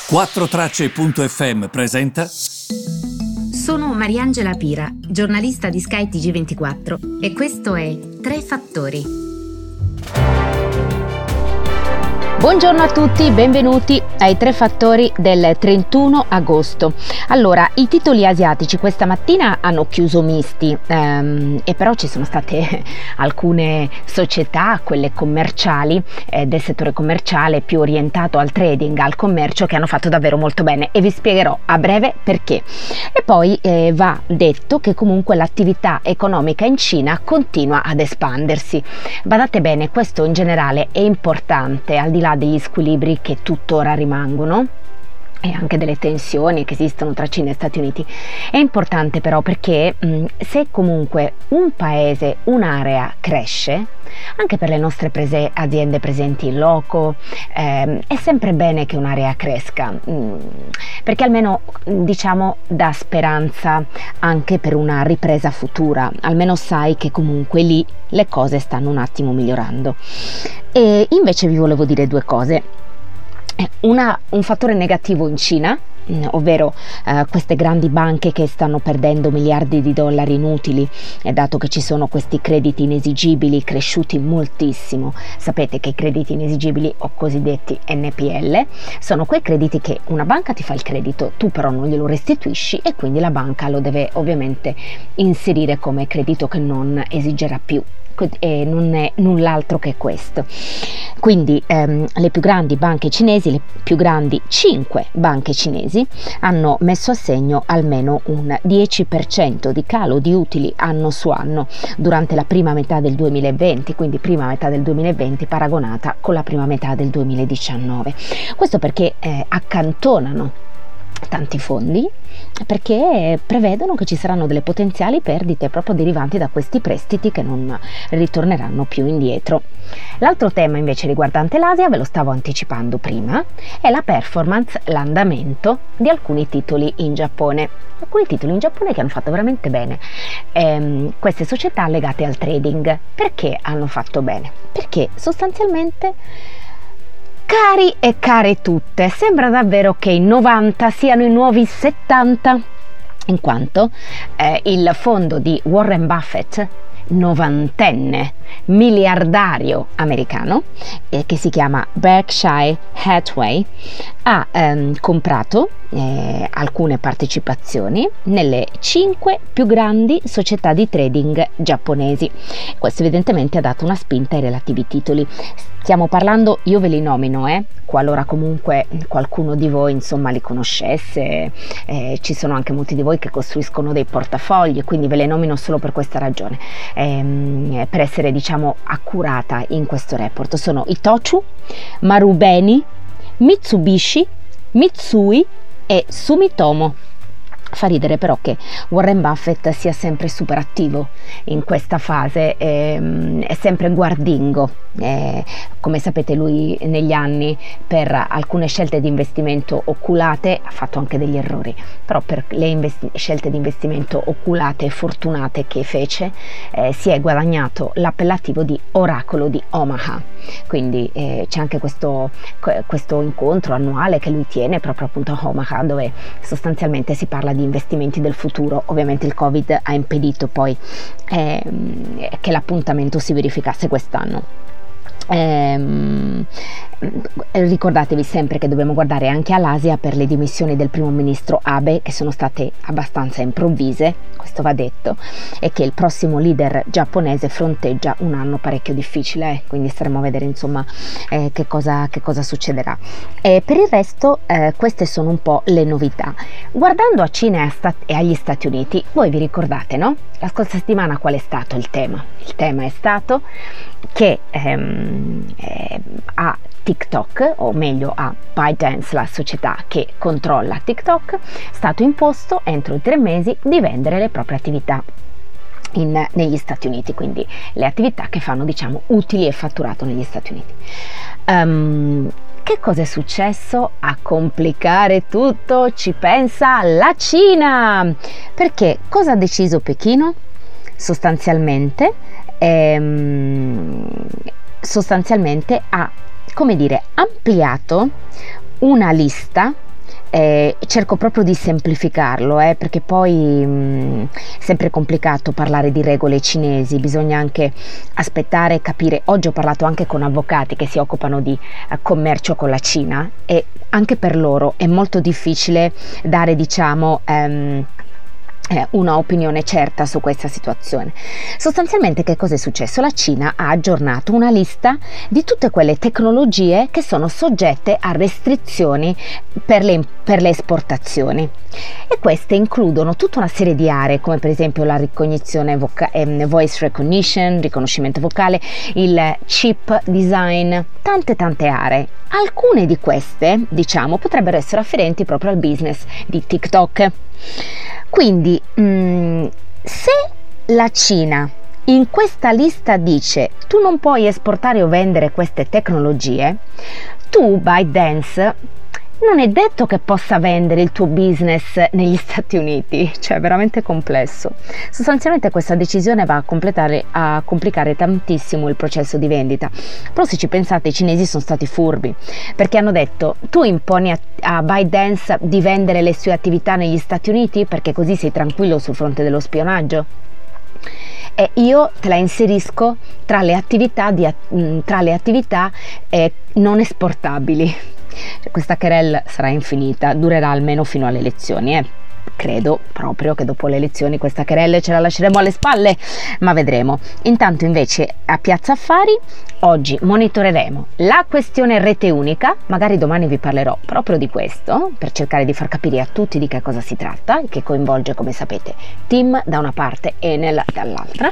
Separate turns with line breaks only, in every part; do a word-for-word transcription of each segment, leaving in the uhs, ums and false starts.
quattro tracce punto effe emme presenta.
Sono Mariangela Pira, giornalista di Sky T G ventiquattro e questo è Tre Fattori.
Buongiorno a tutti, benvenuti ai Tre Fattori del trentuno agosto. Allora, i titoli asiatici questa mattina hanno chiuso misti, ehm, e però ci sono state alcune società, quelle commerciali, eh, del settore commerciale più orientato al trading, al commercio, che hanno fatto davvero molto bene e vi spiegherò a breve perché. E poi eh, va detto che comunque l'attività economica in Cina continua ad espandersi. Badate bene, questo in generale è importante, al di là degli squilibri che tuttora rimangono e anche delle tensioni che esistono tra Cina e Stati Uniti. È importante però perché mh, se comunque un paese, un'area cresce, anche per le nostre prese, aziende presenti in loco, ehm, è sempre bene che un'area cresca, mh, perché almeno diciamo dà speranza anche per una ripresa futura, almeno sai che comunque lì le cose stanno un attimo migliorando. E invece vi volevo dire due cose. Una, un fattore negativo in Cina, ovvero eh, queste grandi banche che stanno perdendo miliardi di dollari inutili, e dato che ci sono questi crediti inesigibili cresciuti moltissimo. Sapete che i crediti inesigibili, o cosiddetti N P L, sono quei crediti che una banca ti fa il credito, tu però non glielo restituisci e quindi la banca lo deve ovviamente inserire come credito che non esigerà più. E non è null'altro che questo. Quindi ehm, le più grandi banche cinesi, le più grandi cinque banche cinesi, hanno messo a segno almeno un dieci per cento di calo di utili anno su anno durante la prima metà del duemilaventi, quindi prima metà del duemilaventi paragonata con la prima metà del duemiladiciannove. Questo perché eh, accantonano tanti fondi, perché prevedono che ci saranno delle potenziali perdite proprio derivanti da questi prestiti che non ritorneranno più indietro. L'altro tema invece riguardante l'Asia, ve lo stavo anticipando prima, è la performance, l'andamento di alcuni titoli in Giappone. Alcuni titoli in Giappone che hanno fatto veramente bene. Ehm, queste società legate al trading. Perché hanno fatto bene? Perché sostanzialmente, cari e care tutte, sembra davvero che i novanta siano i nuovi settanta, in quanto eh, il fondo di Warren Buffett, novantenne miliardario americano, eh, che si chiama Berkshire Hathaway, ha ehm, comprato eh, alcune partecipazioni nelle cinque più grandi società di trading giapponesi. Questo evidentemente ha dato una spinta ai relativi titoli. Stiamo parlando, io ve li nomino, eh, qualora comunque qualcuno di voi insomma li conoscesse, eh, ci sono anche molti di voi che costruiscono dei portafogli, quindi ve le nomino solo per questa ragione, ehm, per essere diciamo accurata in questo report. Sono Itochu, Marubeni, Mitsubishi, Mitsui e Sumitomo. Fa ridere però che Warren Buffett sia sempre super attivo in questa fase, ehm, è sempre guardingo. Eh, come sapete lui negli anni per alcune scelte di investimento oculate ha fatto anche degli errori, però per le investi- scelte di investimento oculate e fortunate che fece eh, si è guadagnato l'appellativo di oracolo di Omaha. Quindi eh, c'è anche questo, questo incontro annuale che lui tiene proprio appunto a Omaha, dove sostanzialmente si parla di investimenti del futuro. Ovviamente il Covid ha impedito poi ehm, che l'appuntamento si verificasse quest'anno. Ehm, ricordatevi sempre che dobbiamo guardare anche all'Asia per le dimissioni del primo ministro Abe, che sono state abbastanza improvvise, questo va detto, e che il prossimo leader giapponese fronteggia un anno parecchio difficile, eh, quindi staremo a vedere insomma eh, che, cosa, che cosa succederà. E per il resto eh, queste sono un po' le novità. Guardando a Cina e, a Stat- e agli Stati Uniti, voi vi ricordate, no? La scorsa settimana qual è stato il tema? Il tema è stato che ehm, eh, a TikTok, o meglio a ByteDance, la società che controlla TikTok, è stato imposto entro i tre mesi di vendere le proprie attività in, negli Stati Uniti, quindi le attività che fanno diciamo utili e fatturato negli Stati Uniti. Um, Che cosa è successo? A complicare tutto ci pensa la Cina, perché cosa ha deciso Pechino? Sostanzialmente ehm, sostanzialmente ha, come dire, ampliato una lista eh, cerco proprio di semplificarlo, eh, perché poi mh, è sempre complicato parlare di regole cinesi, bisogna anche aspettare e capire. Oggi ho parlato anche con avvocati che si occupano di eh, commercio con la Cina, e anche per loro è molto difficile dare, diciamo, ehm, Eh, una opinione certa su questa situazione. Sostanzialmente che cosa è successo? La Cina ha aggiornato una lista di tutte quelle tecnologie che sono soggette a restrizioni per le, per le esportazioni, e queste includono tutta una serie di aree, come per esempio la ricognizione voca- ehm, voice recognition, riconoscimento vocale, il chip design, tante tante aree. Alcune di queste, diciamo, potrebbero essere afferenti proprio al business di TikTok. Quindi, mh, se la Cina in questa lista dice tu non puoi esportare o vendere queste tecnologie, tu ByteDance non è detto che possa vendere il tuo business negli Stati Uniti, cioè è veramente complesso. Sostanzialmente questa decisione va a, completare, a complicare tantissimo il processo di vendita, però se ci pensate i cinesi sono stati furbi, perché hanno detto tu imponi a, a ByteDance di vendere le sue attività negli Stati Uniti perché così sei tranquillo sul fronte dello spionaggio, e io te la inserisco tra le attività, di, tra le attività eh, non esportabili. Questa querela sarà infinita, durerà almeno fino alle elezioni, eh. Credo proprio che dopo le elezioni questa querela ce la lasceremo alle spalle, ma vedremo. Intanto invece a Piazza Affari oggi monitoreremo la questione rete unica, magari domani vi parlerò proprio di questo per cercare di far capire a tutti di che cosa si tratta, che coinvolge, come sapete, TIM da una parte e Enel dall'altra.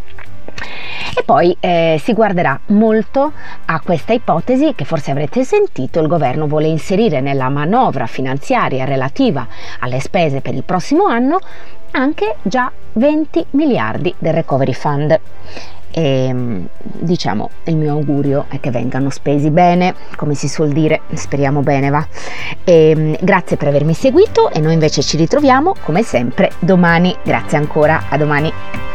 E poi eh, si guarderà molto a questa ipotesi che forse avrete sentito, il governo vuole inserire nella manovra finanziaria relativa alle spese per il prossimo anno anche già venti miliardi del Recovery Fund. E diciamo il mio augurio è che vengano spesi bene, come si suol dire, speriamo bene, va. E grazie per avermi seguito, e noi invece ci ritroviamo come sempre domani. Grazie ancora, a domani.